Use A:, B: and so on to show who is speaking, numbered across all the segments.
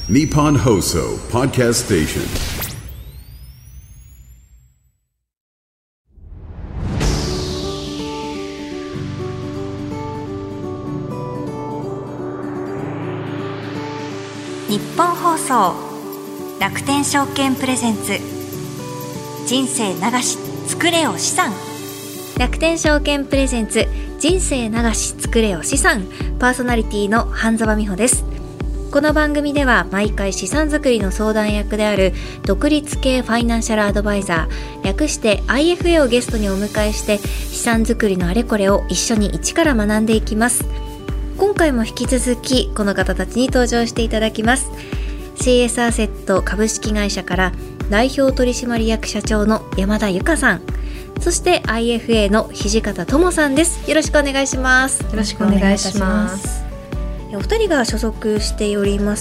A: Nippon Hoso Podcast Station。
B: 日本放送楽天証券プレゼンツ人生流し作れよ資産。楽天証券プレゼンツ人生流し作れよ資産、パーソナリティの半沢美穂です。この番組では毎回資産作りの相談役である独立系ファイナンシャルアドバイザー、略して IFA をゲストにお迎えして資産作りのあれこれを一緒に一から学んでいきます。今回も引き続きこの方たちに登場していただきます。 CS アセット株式会社から代表取締役社長の山田由香さん、そして IFA の土方智さんです。よろしくお願いします。
C: よろしくお願いします。
B: お二人が所属しております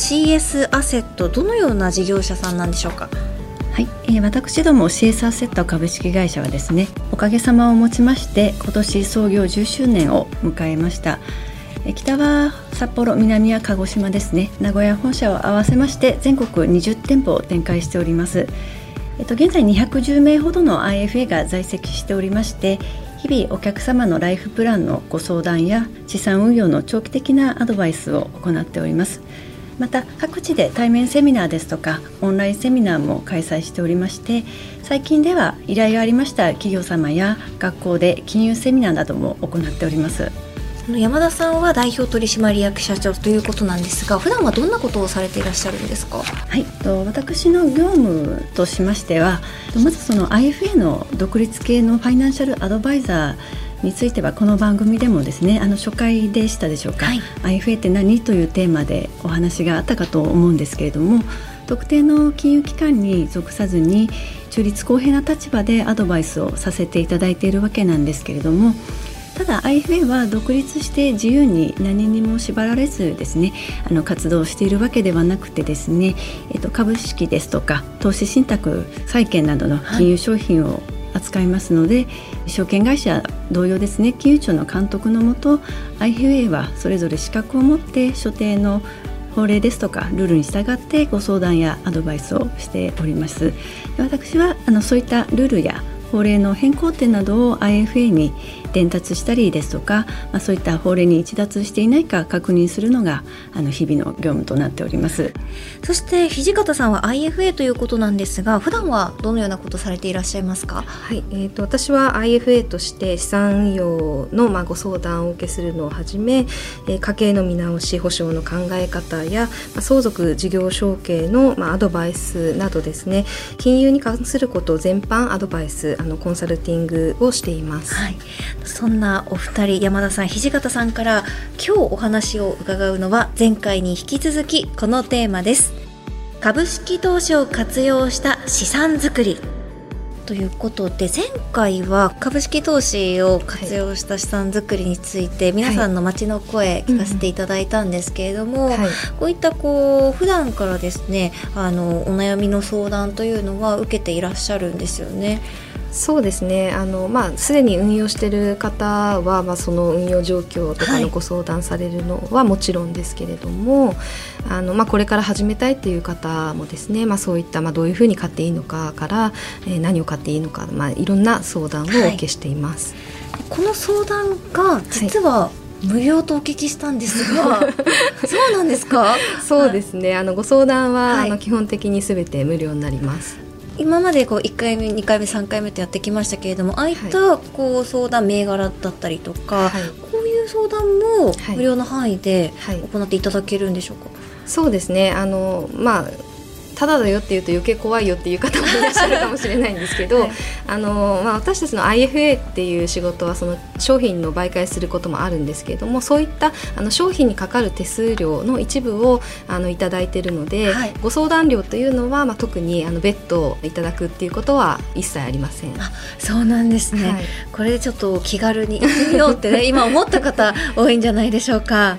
B: CS アセット、どのような事業者さんなんでしょうか？
C: はい、私ども CS アセット株式会社はですね、おかげさまをもちまして今年創業10周年を迎えました。北は札幌、南は鹿児島ですね、名古屋本社を合わせまして全国20店舗を展開しております。現在210名ほどの IFA が在籍しておりまして、日々お客様のライフプランのご相談や資産運用の長期的なアドバイスを行っております。また各地で対面セミナーですとかオンラインセミナーも開催しておりまして、最近では依頼がありました企業様や学校で金融セミナーなども行っております。
B: 山田さんは代表取締役社長ということなんですが、普段はどんなことをされていらっしゃるんですか？
C: はい、私の業務としましては、まずその IFA の独立系のファイナンシャルアドバイザーについてはこの番組でもですね、初回でしたでしょうか、IFA って何というテーマでお話があったかと思うんですけれども、特定の金融機関に属さずに中立公平な立場でアドバイスをさせていただいているわけなんですけれども、ただ IFA は独立して自由に何にも縛られずですね、活動しているわけではなくてですね、株式ですとか投資信託、債券などの金融商品を扱いますので、証券会社同様ですね、金融庁の監督のもと IFA はそれぞれ資格を持って所定の法令ですとかルールに従ってご相談やアドバイスをしております。私はそういったルールや法令の変更点などを IFA に伝達したりですとか、そういった法令に逸脱していないか確認するのが日々の業務となっております。
B: そして土方さんは IFA ということなんですが、普段はどのようなことをされていらっしゃいますか？
D: はい、私は IFA として資産運用のご相談をお受けするのをはじめ、家計の見直し保証の考え方や、相続事業承継のアドバイスなどですね、金融に関することを全般アドバイスコンサルティングをしています。
B: はい、そんなお二人、山田さん、土方さんから今日お話を伺うのは前回に引き続きこのテーマです。株式投資を活用した資産作りということで、前回は株式投資を活用した資産作りについて皆さんの街の声聞かせていただいたんですけれども、こういった普段からですね、お悩みの相談というのは受けていらっしゃるんですよね？
D: そうですね、すでに運用している方は、その運用状況とかのご相談されるのはもちろんですけれども、これから始めたいっていう方もですね、そういった、どういうふうに買っていいのかから、何を買っていいのか、いろんな相談をお受けしています。
B: この相談が実は、無料とお聞きしたんですがそうなんですか？
D: そうですね、ご相談は、基本的に全て無料になります。
B: 今まで1回目2回目3回目とやってきましたけれども、ああいった相談、銘柄だったりとか、こういう相談も無料の範囲で行っていただけるんでしょうか？
D: そうですね、ただだよっていうと余計怖いよっていう方もいらっしゃるかもしれないんですけど、私たちの IFA っていう仕事はその商品の売買することもあるんですけれども、そういった商品にかかる手数料の一部をいただいているので、ご相談料というのは、特に別途いただくっていうことは一切ありません。
B: そうなんですね、これでちょっと気軽に行ってみようって、今思った方多いんじゃないでしょうか。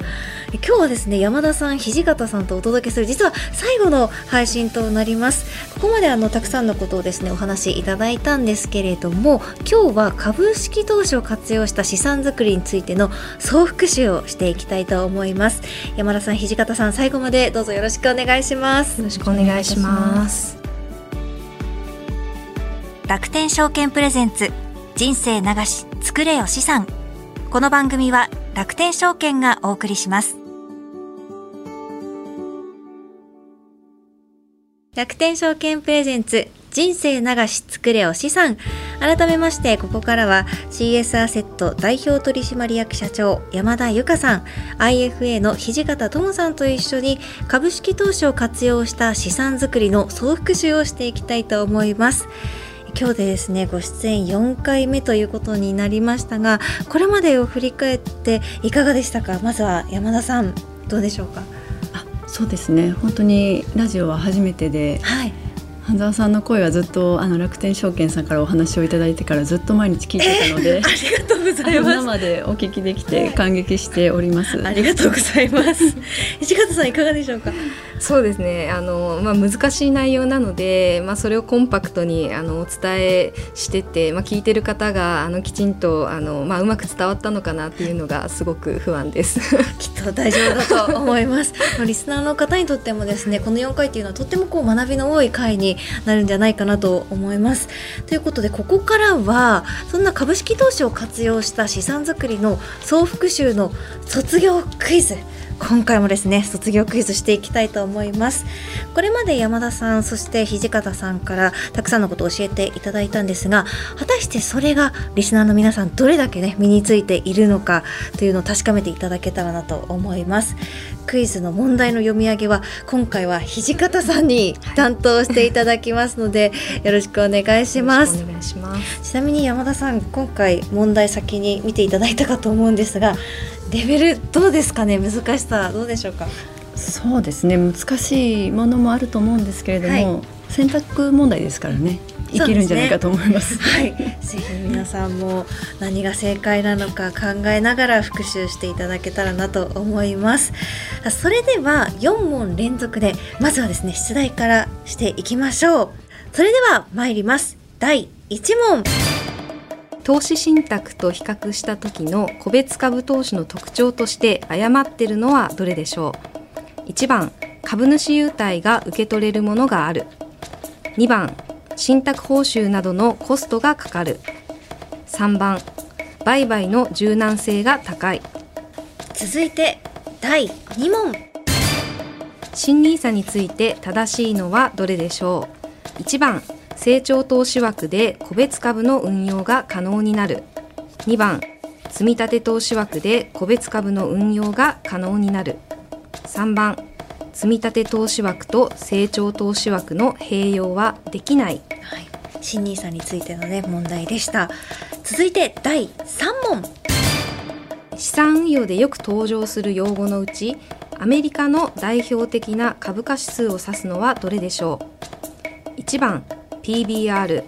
B: 今日はですね、山田さん、土方さんとお届けする実は最後の配信となります。ここまでたくさんのことをですねお話しいただいたんですけれども、今日は株式投資を活用した資産作りについての総復習をしていきたいと思います。山田さん、土方さん、最後までどうぞよろしくお願いします。
D: よろしくお願いします。
B: 楽天証券プレゼンツ人生流し作れよ資産。この番組は楽天証券がお送りします。楽天証券プレゼンツ人生流し作れよ資産。改めまして、ここからは CS アセット代表取締役社長山田由香さん、 IFA の土方智さんと一緒に株式投資を活用した資産作りの総復習をしていきたいと思います。今日でですね、ご出演4回目ということになりましたが、これまでを振り返っていかがでしたか？まずは山田さん、どうでしょうか？
C: そうですね、本当にラジオは初めてで、半沢さんの声はずっと楽天証券さんからお話をいただいてからずっと毎日聞いてたので、
B: ありがとうございます。
C: 生でお聞きできて感激しております。
B: ありがとうございます。土方さん、いかがでしょうか？
D: そうですね、難しい内容なので、それをコンパクトにお伝えしてて、聞いてる方がきちんとうまく伝わったのかなっていうのがすごく不安です。
B: きっと大丈夫だと思います。リスナーの方にとってもですね、この4回というのはとっても学びの多い回になるんじゃないかなと思います。ということで、ここからはそんな株式投資を活用した資産作りの総復習の卒業クイズ、今回もですね卒業クイズしていきたいと思います。これまで山田さん、そして土方さんからたくさんのことを教えていただいたんですが、果たしてそれがリスナーの皆さんどれだけね身についているのかというのを確かめていただけたらなと思います。クイズの問題の読み上げは今回は土方さんに担当していただきますので、よろしくお願いします。
D: お願いします。
B: ちなみに山田さん、今回問題先に見ていただいたかと思うんですが、レベルどうですかね？難しさどうでしょうか？
C: そうですね、難しいものもあると思うんですけれども、選択問題ですからね、いけるんじゃないかと思います。
B: ぜひ皆さんも何が正解なのか考えながら復習していただけたらなと思います。それでは4問連続でまずはですね出題からしていきましょう。それでは参ります。第1問。
D: 投資信託と比較した時の個別株投資の特徴として誤っているのはどれでしょう？ 1 番、株主優待が受け取れるものがある。2番、信託報酬などのコストがかかる。3番、売買の柔軟性が高い。
B: 続いて第2問。
D: 新NISAについて正しいのはどれでしょう？ 1 番、成長投資枠で個別株の運用が可能になる。2番、積立投資枠で個別株の運用が可能になる。3番、積立投資枠と成長投資枠の併用はできない。
B: 新NISAについてのね問題でした。続いて第3問。
D: 資産運用でよく登場する用語のうち、アメリカの代表的な株価指数を指すのはどれでしょう？ 1 番PBR、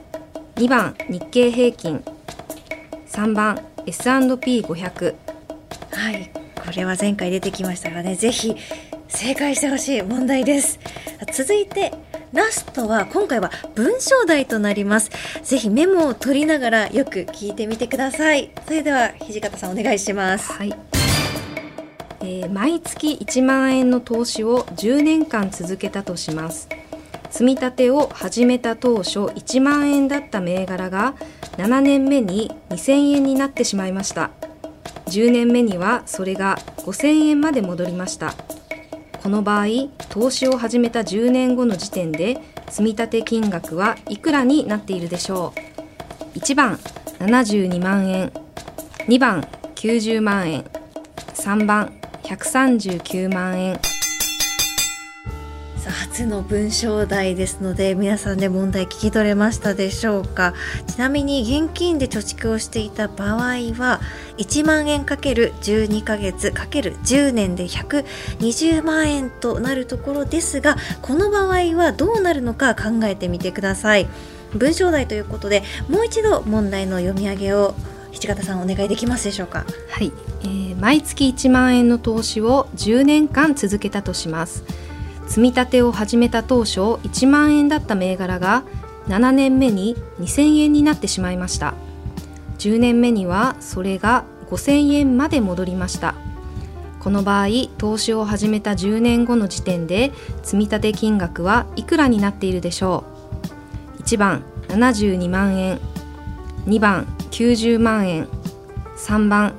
D: 2番日経平均、3番 S&P500。
B: これは前回出てきましたがね、ぜひ正解してほしい問題です。続いてラストは今回は文章題となります。ぜひメモを取りながらよく聞いてみてください。それでは土方さん、お願いします。
D: 毎月1万円の投資を10年間続けたとします。積み立てを始めた当初1万円だった銘柄が7年目に2000円になってしまいました。10年目にはそれが5000円まで戻りました。この場合、投資を始めた10年後の時点で積み立て金額はいくらになっているでしょう？ 1 番72万円、2番90万円、3番139万円。
B: 初の文章題ですので、皆さんで問題聞き取れましたでしょうか？ちなみに現金で貯蓄をしていた場合は1万円 ×12 ヶ月 ×10 年で120万円となるところですが、この場合はどうなるのか考えてみてください。文章題ということでもう一度問題の読み上げを土方さんお願いできますでしょうか。
D: はい、毎月1万円の投資を10年間続けたとします。積み立てを始めた当初1万円だった銘柄が7年目に2000円になってしまいました。10年目にはそれが5000円まで戻りました。この場合、投資を始めた10年後の時点で積み立て金額はいくらになっているでしょう。1番72万円、2番90万円、3番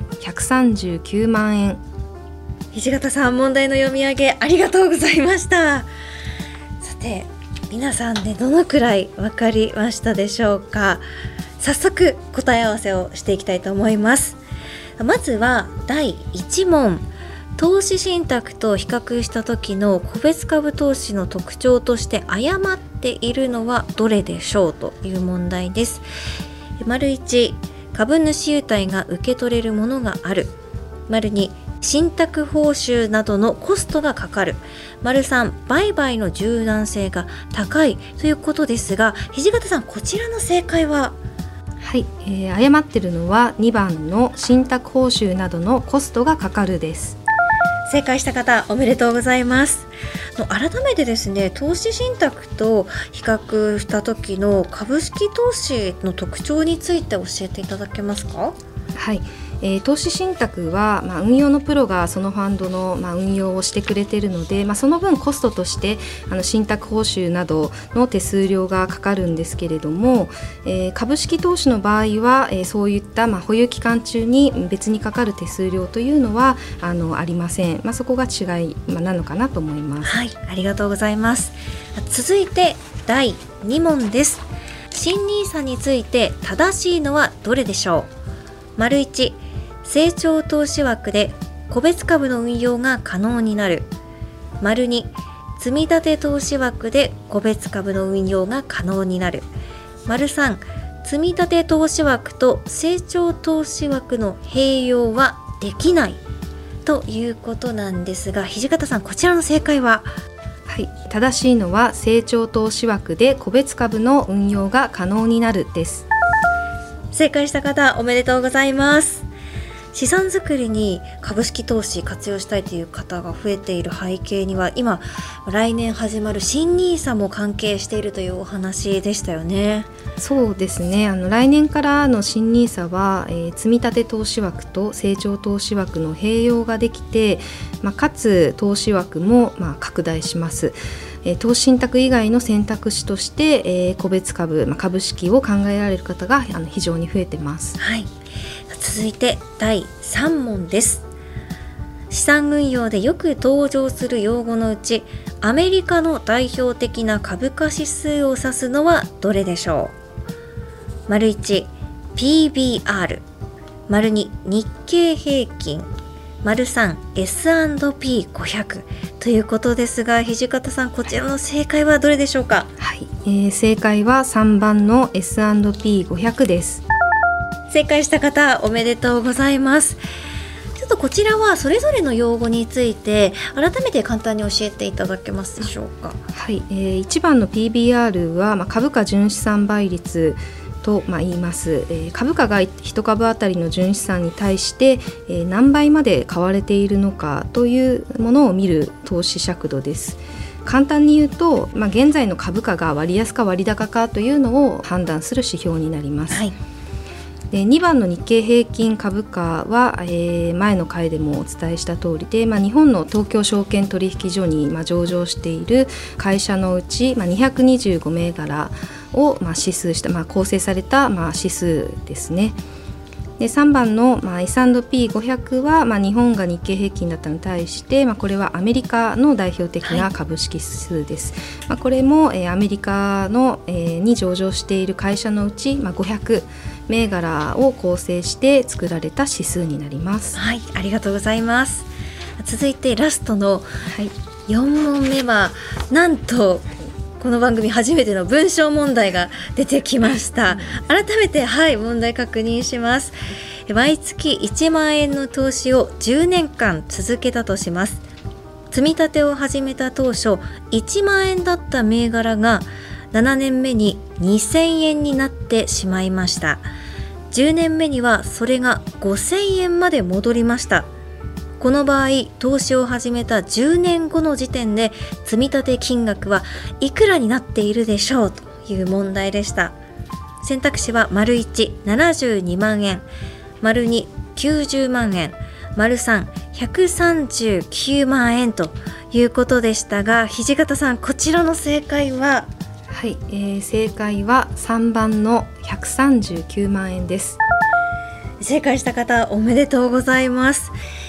D: 139万円。
B: 土方さん、問題の読み上げありがとうございました。さて、皆さんでどのくらい分かりましたでしょうか。早速答え合わせをしていきたいと思います。まずは第1問、投資信託と比較した時の個別株投資の特徴として誤っているのはどれでしょうという問題です。丸1、株主優待が受け取れるものがある。丸2、信託報酬などのコストがかかる。丸3、売買の柔軟性が高いということですが、土方さん、こちらの正解は？
D: はい、誤っているのは2番の信託報酬などのコストがかかるです。
B: 正解した方、おめでとうございます。改めてですね、投資信託と比較した時の株式投資の特徴について教えていただけますか？
D: はい、投資信託は、運用のプロがそのファンドの、運用をしてくれているので、その分コストとして信託報酬などの手数料がかかるんですけれども、株式投資の場合は、そういった、保有期間中に別にかかる手数料というのはありません。そこが違い、なのかなと思います。
B: はい、ありがとうございます。続いて第2問です。新NISAについて正しいのはどれでしょう？丸1、成長投資枠で個別株の運用が可能になる。丸2、積み立て投資枠で個別株の運用が可能になる。丸3、積み立て投資枠と成長投資枠の併用はできないということなんですが、土方さん、こちらの正解は？
D: はい、正しいのは成長投資枠で個別株の運用が可能になるです。
B: 正解した方、おめでとうございます。資産作りに株式投資活用したいという方が増えている背景には、今来年始まる新NISAも関係しているというお話でしたよね。
D: そうですね、来年からの新NISAは、積み立て投資枠と成長投資枠の併用ができて、かつ投資枠も拡大します。投資信託以外の選択肢として、個別株、株式を考えられる方が非常に増えてます。
B: はい、続いて第3問です。資産運用でよく登場する用語のうち、アメリカの代表的な株価指数を指すのはどれでしょう？丸1、PBR、丸2、日経平均、丸3、S&P500 ということですが、土方さん、こちらの正解はどれでしょうか？
D: はい、正解は3番の S&P500 です。
B: 正解した方、おめでとうございます。ちょっとこちらはそれぞれの用語について改めて簡単に教えていただけますでしょうか？
D: はい、1番の PBR は、株価純資産倍率と言います。株価が1株当たりの純資産に対して、何倍まで買われているのかというものを見る投資尺度です。簡単に言うと、現在の株価が割安か割高かというのを判断する指標になります。はい、で2番の日経平均株価は、前の回でもお伝えした通りで、日本の東京証券取引所に、上場している会社のうち、225銘柄を、指数した、構成された、指数ですね。で3番の、S&P500 は、日本が日経平均だったのに対して、これはアメリカの代表的な株式指数です。これも、アメリカの、に上場している会社のうち、500銘柄を構成して作られた指数になります。
B: はい、ありがとうございます。続いてラストの4問目は、なんとこの番組初めての文章問題が出てきました。改めて、問題確認します。毎月1万円の投資を10年間続けたとします。積み立てを始めた当初1万円だった銘柄が7年目に2000円になってしまいました。 10年目にはそれが5000円まで戻りました。この場合投資を始めた10年後の時点で積立金額はいくらになっているでしょうという問題でした。選択肢は丸1、72万円、丸2、90万円、丸3、139万円ということでしたが、土方さん、こちらの正解は？
D: はい、正解は3番の139万円です。
B: 正解した方おめでとうございます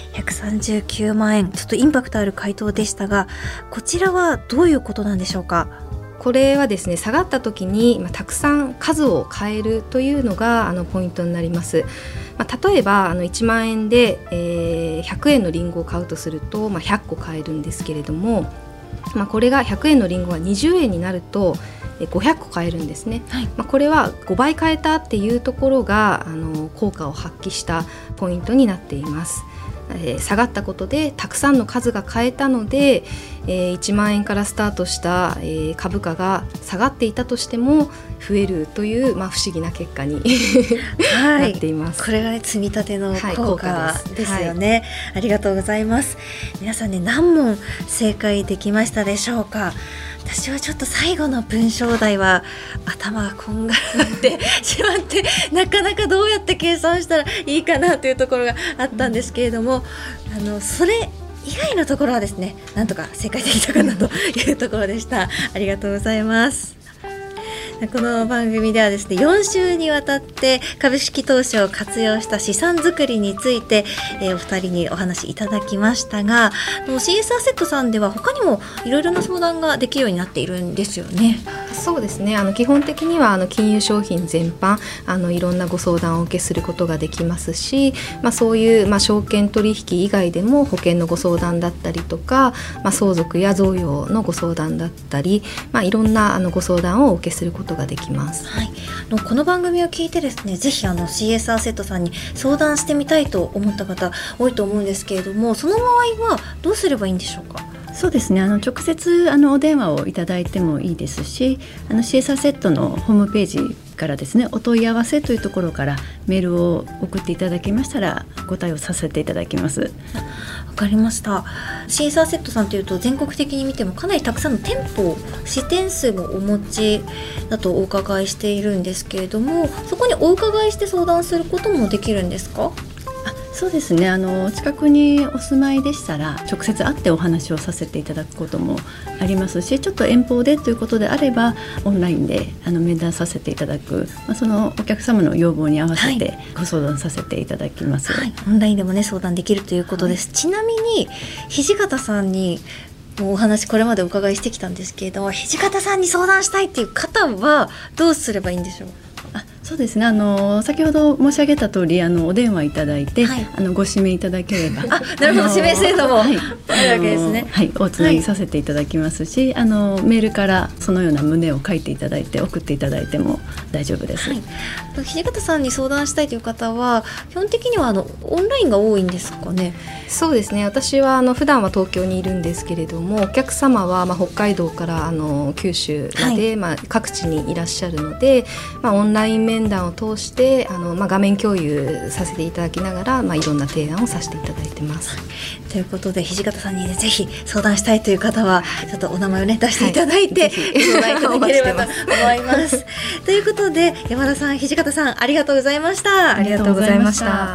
B: 。139万円、ちょっとインパクトある回答でしたが、こちらはどういうことなんでしょうか？
D: これはですね、下がった時に、たくさん数を変えるというのがポイントになります。例えば1万円で、100円のリンゴを買うとすると、100個買えるんですけれども、これが100円のリンゴが20円になると500個買えるんですね、はい。これは5倍買えたっていうところが効果を発揮したポイントになっています。下がったことでたくさんの数が買えたので、1万円からスタートした、株価が下がっていたとしても増えるという、不思議な結果になっています。
B: これが、積み立ての効果ですよね、ありがとうございます。皆さんね、何問正解できましたでしょうか？私はちょっと最後の文章題は頭がこんがらがってしまってなかなかどうやって計算したらいいかなというところがあったんですけれども、それ以外のところはですね、なんとか正解できたかなというところでした。ありがとうございます。この番組ではですね、4週にわたって株式投資を活用した資産作りについて、お二人にお話いただきましたが、CS アセットさんでは他にもいろいろな相談ができるようになっているんですよね。
D: そうですね、基本的には金融商品全般いろんなご相談をお受けすることができますし、そういう、証券取引以外でも保険のご相談だったりとか、相続や贈与のご相談だったり、いろんなご相談をお受けすることができます。
B: はい、この番組を聞いてですね、ぜひCS アセットさんに相談してみたいと思った方多いと思うんですけれども、その場合はどうすればいいんでしょうか？
C: そうですね、直接お電話をいただいてもいいですし、CS アセットのホームページからですね、お問い合わせというところからメールを送っていただきましたらご対応させていただきます。
B: わかりました。CS アセットさんというと全国的に見てもかなりたくさんの店舗、支店数もお持ちだとお伺いしているんですけれども、そこにお伺いして相談することもできるんですか？
C: そうですね、近くにお住まいでしたら直接会ってお話をさせていただくこともありますし、ちょっと遠方でということであればオンラインで面談させていただく、そのお客様の要望に合わせてご相談させていただきます、
B: はい、オンラインでもね相談できるということです、はい。ちなみに土方さんにお話これまでお伺いしてきたんですけれども、土方さんに相談したいっていう方はどうすればいいんでしょう？
C: そうですね、先ほど申し上げた通りお電話いただいて、はい、ご指名いただければ
B: なるほど、指名制度も、はい、あるわけですね。
C: はい、おつなぎさせていただきますし、メールからそのような旨を書いていただいて送っていただいても大丈夫です。
B: はい、土方さんに相談したいという方は基本的にはオンラインが多いんですかね？
D: そうですね、私は普段は東京にいるんですけれども、お客様は北海道から九州まで、はい、各地にいらっしゃるので、オンライン面談を通して画面共有させていただきながら、いろんな提案をさせていただいてます。
B: ということで土方さんに、ね、ぜひ相談したいという方はちょっとお名前を、ね、出していただいて、はい、相談いただければと思いますということで山田さん、土方さんありがとうございました。
D: ありがとうございました。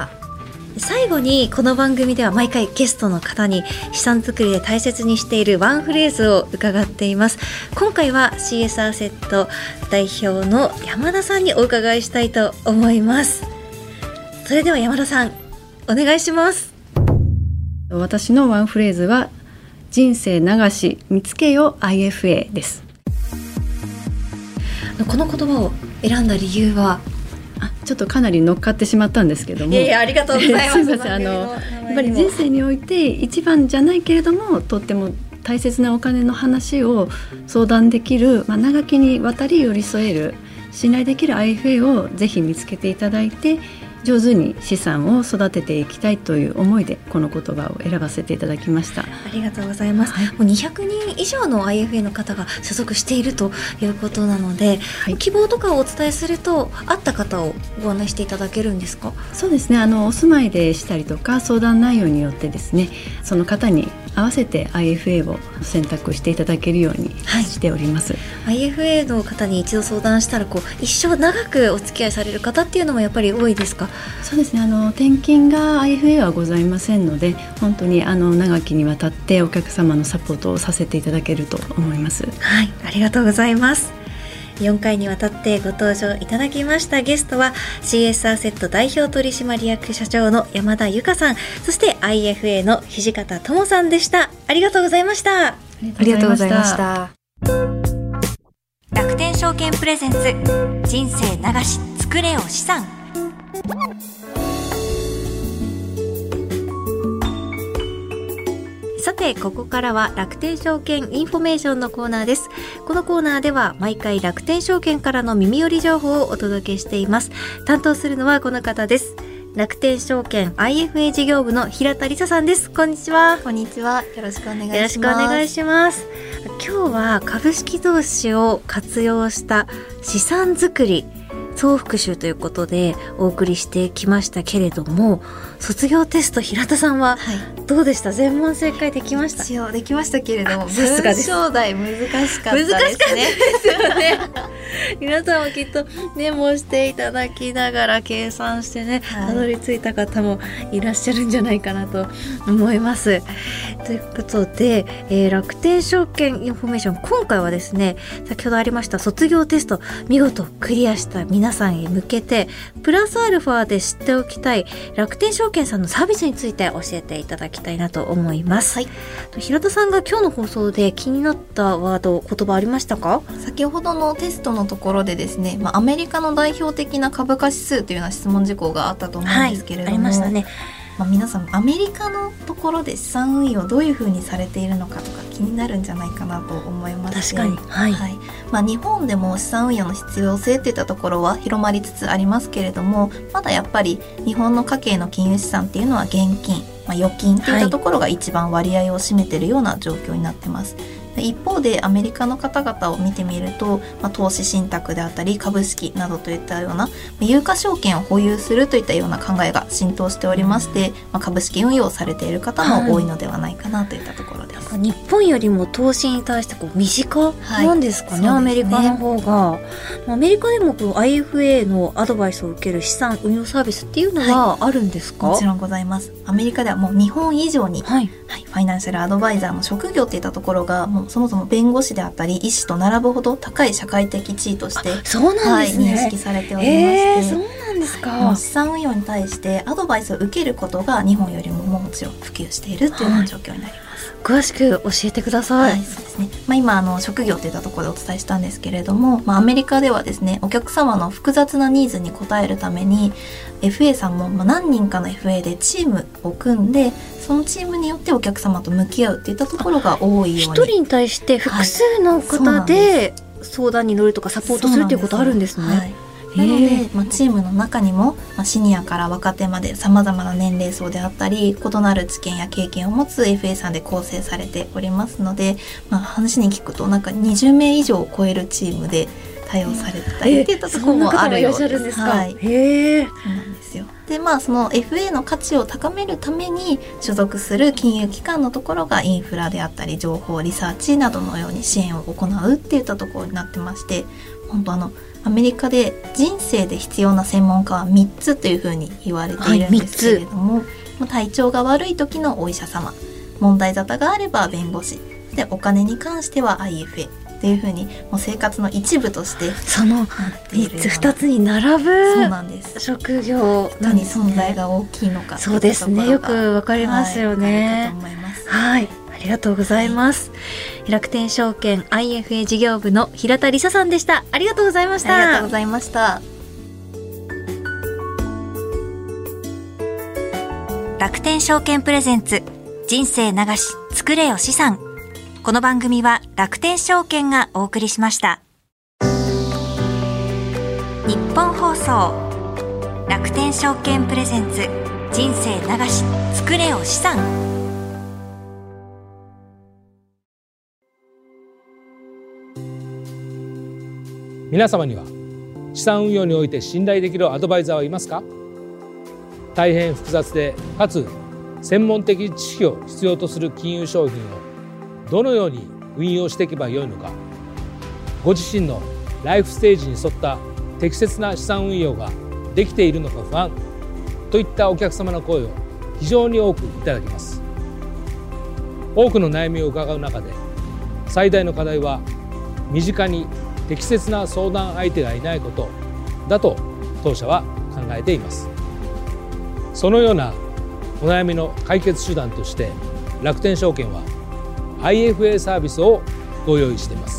B: 最後にこの番組では毎回ゲストの方に資産作りで大切にしているワンフレーズを伺っています。今回は CS アセット代表の山田さんにお伺いしたいと思います。それでは山田さんお願いします。
C: 私のワンフレーズは人生流し見つけよ IFA です。
B: この言葉を選んだ理由は？
C: ちょっとかなり乗っかってしまったんですけども、
B: ありがとうございます。
C: すみません、やっぱり人生において一番じゃないけれどもとっても大切なお金の話を相談できる、長きにわたり寄り添える信頼できる IFA をぜひ見つけていただいて、 上手に資産を育てていきたいという思いでこの言葉を選ばせていただきました。
B: ありがとうございます、もう200人以上の IFA の方が所属しているということなので、希望とかをお伝えすると会った方をご案内していただけるんですか？
C: そうですね、お住まいでしたりとか相談内容によってですね、その方に合わせて IFA を選択していただけるようにしております、
B: IFA の方に一度相談したら一生長くお付き合いされる方っていうのもやっぱり多いですか？
C: そうですね、転勤が IFA はございませんので、本当に長きにわたってお客様のサポートをさせていただけると思います。
B: はい、ありがとうございます。4回にわたってご登場いただきましたゲストは CS アセット代表取締役社長の山田由香さん、そして IFA の土方智さんでした。ありがとうございました。
D: ありがとうございました。
B: 楽天証券プレゼンツ人生流し作れよ資産。さてここからは楽天証券インフォメーションのコーナーです。このコーナーでは毎回楽天証券からの耳寄り情報をお届けしています。担当するのはこの方です。楽天証券 IFA 事業部の平田理沙さんです。こんにちは。
E: こんにちは。よろしくお願いします。
B: よろしくお願いします。今日は株式投資を活用した資産作り総復習ということでお送りしてきましたけれども、卒業テスト平田さんはどうでした？全問正解できました？
E: 一応できましたけれども、
B: さすがです。
E: 文章題難しかったですね。
B: 難しかったですよね。皆さんもきっとメモしていただきながら計算してね、たどり着いた方もいらっしゃるんじゃないかなと思います。ということで、楽天証券インフォメーション、今回はですね、先ほどありました卒業テスト見事クリアした皆さんへ向けてプラスアルファで知っておきたい楽天証券さんのサービスについて教えていただきたいなと思います、平田さんが今日の放送で気になったワード、言葉ありましたか？
E: 先ほどのテストのところでですね、アメリカの代表的な株価指数というような質問事項があったと思うんですけれども、
B: ありましたね。
E: 皆さんアメリカのところで資産運用どういうふうにされているのかとか気になるんじゃないかなと思いまして、
B: 確かに、
E: 日本でも資産運用の必要性といったところは広まりつつありますけれども、まだやっぱり日本の家計の金融資産っていうのは現金、預金といったところが一番割合を占めているような状況になってます。一方でアメリカの方々を見てみると、投資信託であったり株式などといったような有価証券を保有するといったような考えが浸透しておりまして、株式運用されている方も多いのではないかなといったところです。
B: 日本よりも投資に対して身近なんですかね、アメリカの方が。アメリカでもIFA のアドバイスを受ける資産運用サービスっていうのはあるんですか？
E: もちろんございます。アメリカではもう日本以上に、ファイナンシャルアドバイザーの職業っていったところがもうそもそも弁護士であったり医師と並ぶほど高い社会的地位として認識されておりまして、
B: そうなんですか。
E: 資産運用に対してアドバイスを受けることが日本よりももちろん普及しているというような状況になります。
B: 詳しく教えてください。
E: そうですね。今職業といったところでお伝えしたんですけれども、アメリカではですね、お客様の複雑なニーズに応えるために FA さんも何人かの FA でチームを組んで、そのチームによってお客様と向き合うっていったところが多いように、
B: 一人に対して複数の方で相談に乗るとかサポートするということあるんですね。
E: なので、チームの中にも、シニアから若手までさまざまな年齢層であったり異なる知見や経験を持つ FA さんで構成されておりますので、話に聞くと20名以上を超えるチームで対応されてたりっていったところもあるようです。そうなんですよ。でその FA の価値を高めるために所属する金融機関のところがインフラであったり情報リサーチなどのように支援を行うっていったところになってまして、本当アメリカで人生で必要な専門家は3つというふうに言われているんですけれども、体調が悪い時のお医者様、問題沙汰があれば弁護士で、お金に関しては IFAっていうふうにもう生活の一部として
B: その2つに並ぶ職業なんですね。
E: 存在が大きいのか。
B: そうですね、よくわかりますよね。ありがとうございます。楽天証券 IFA 事業部の平田理沙さんでした。ありがとうございました。
E: ありがとうございました。
B: 楽天証券プレゼンツ人生流し作れよ資産。この番組は楽天証券がお送りしました。日本放送楽天証券プレゼンツ人生流し作れよ資産。
F: 皆様には資産運用において信頼できるアドバイザーはいますか？大変複雑でかつ専門的知識を必要とする金融商品をどのように運用していけばよいのか、ご自身のライフステージに沿った適切な資産運用ができているのか不安といったお客様の声を非常に多くいただきます。多くの悩みを伺う中で最大の課題は身近に適切な相談相手がいないことだと当社は考えています。そのようなお悩みの解決手段として楽天証券は IFA サービスをご用意しています。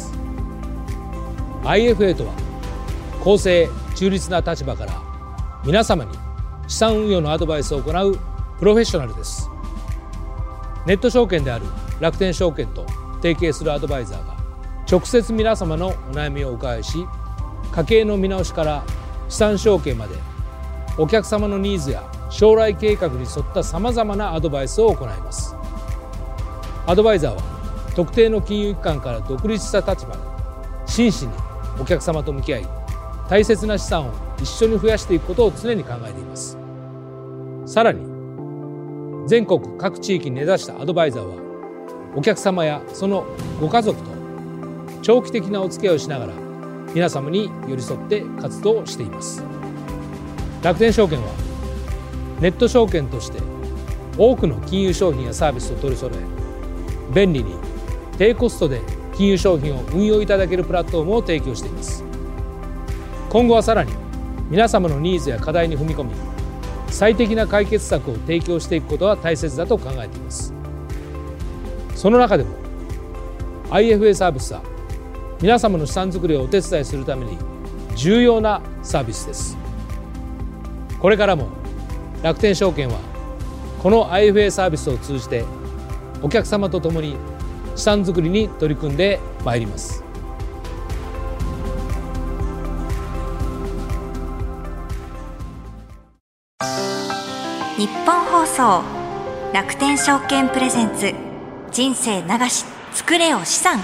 F: IFA とは公正中立な立場から皆様に資産運用のアドバイスを行うプロフェッショナルです。ネット証券である楽天証券と提携するアドバイザーが直接皆様のお悩みをお伺いし、家計の見直しから資産承継までお客様のニーズや将来計画に沿ったさまざまなアドバイスを行います。アドバイザーは特定の金融機関から独立した立場で真摯にお客様と向き合い、大切な資産を一緒に増やしていくことを常に考えています。さらに全国各地域に根ざしたアドバイザーはお客様やそのご家族と長期的なお付き合いをしながら皆様に寄り添って活動しています。楽天証券はネット証券として多くの金融商品やサービスを取り揃え、便利に低コストで金融商品を運用いただけるプラットフォームを提供しています。今後はさらに皆様のニーズや課題に踏み込み、最適な解決策を提供していくことは大切だと考えています。その中でも IFA サービスは皆様の資産作りをお手伝いするために重要なサービスです。これからも楽天証券はこの IFA サービスを通じてお客様と共に資産作りに取り組んでまいります。
B: 日本放送楽天証券プレゼンツ人生流し作れよ資産。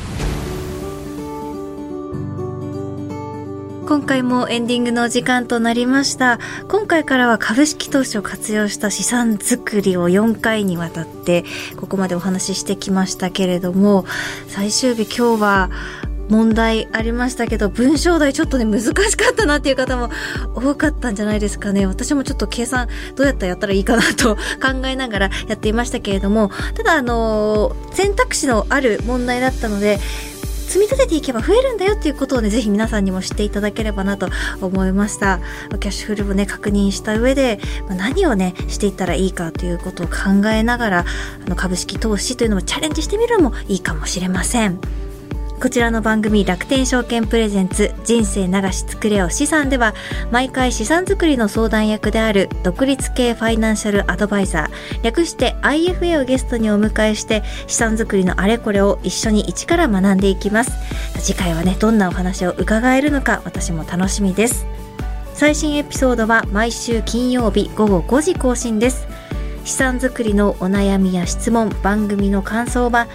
B: 今回もエンディングの時間となりました。今回からは株式投資を活用した資産作りを4回にわたってここまでお話ししてきましたけれども、最終日今日は問題ありましたけど、文章題ちょっとね難しかったなっていう方も多かったんじゃないですかね。私もちょっと計算どうやったらやったらいいかなと考えながらやっていましたけれども、ただ選択肢のある問題だったので積み立てていけば増えるんだよっていうことをね、ぜひ皆さんにも知っていただければなと思いました。キャッシュフローをね確認した上で何をねしていったらいいかということを考えながら株式投資というのもチャレンジしてみるのもいいかもしれません。こちらの番組楽天証券プレゼンツ人生流し作れよ資産では、毎回資産作りの相談役である独立系ファイナンシャルアドバイザー、略して IFA をゲストにお迎えして資産作りのあれこれを一緒に一から学んでいきます。次回はねどんなお話を伺えるのか私も楽しみです。最新エピソードは毎週金曜日午後5時更新です。資産作りのお悩みや質問、番組の感想は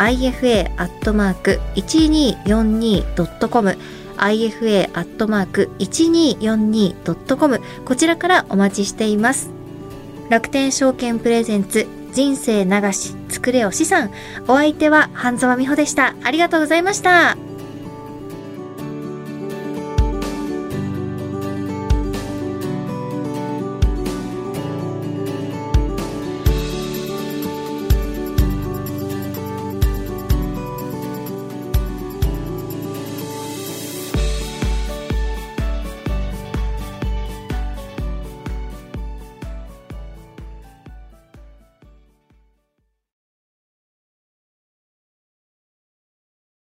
B: ifa@1242.com ifa@1242.com こちらからお待ちしています。楽天証券プレゼンツ人生流し作れよ資産、お相手は半沢美穂でした。ありがとうございました。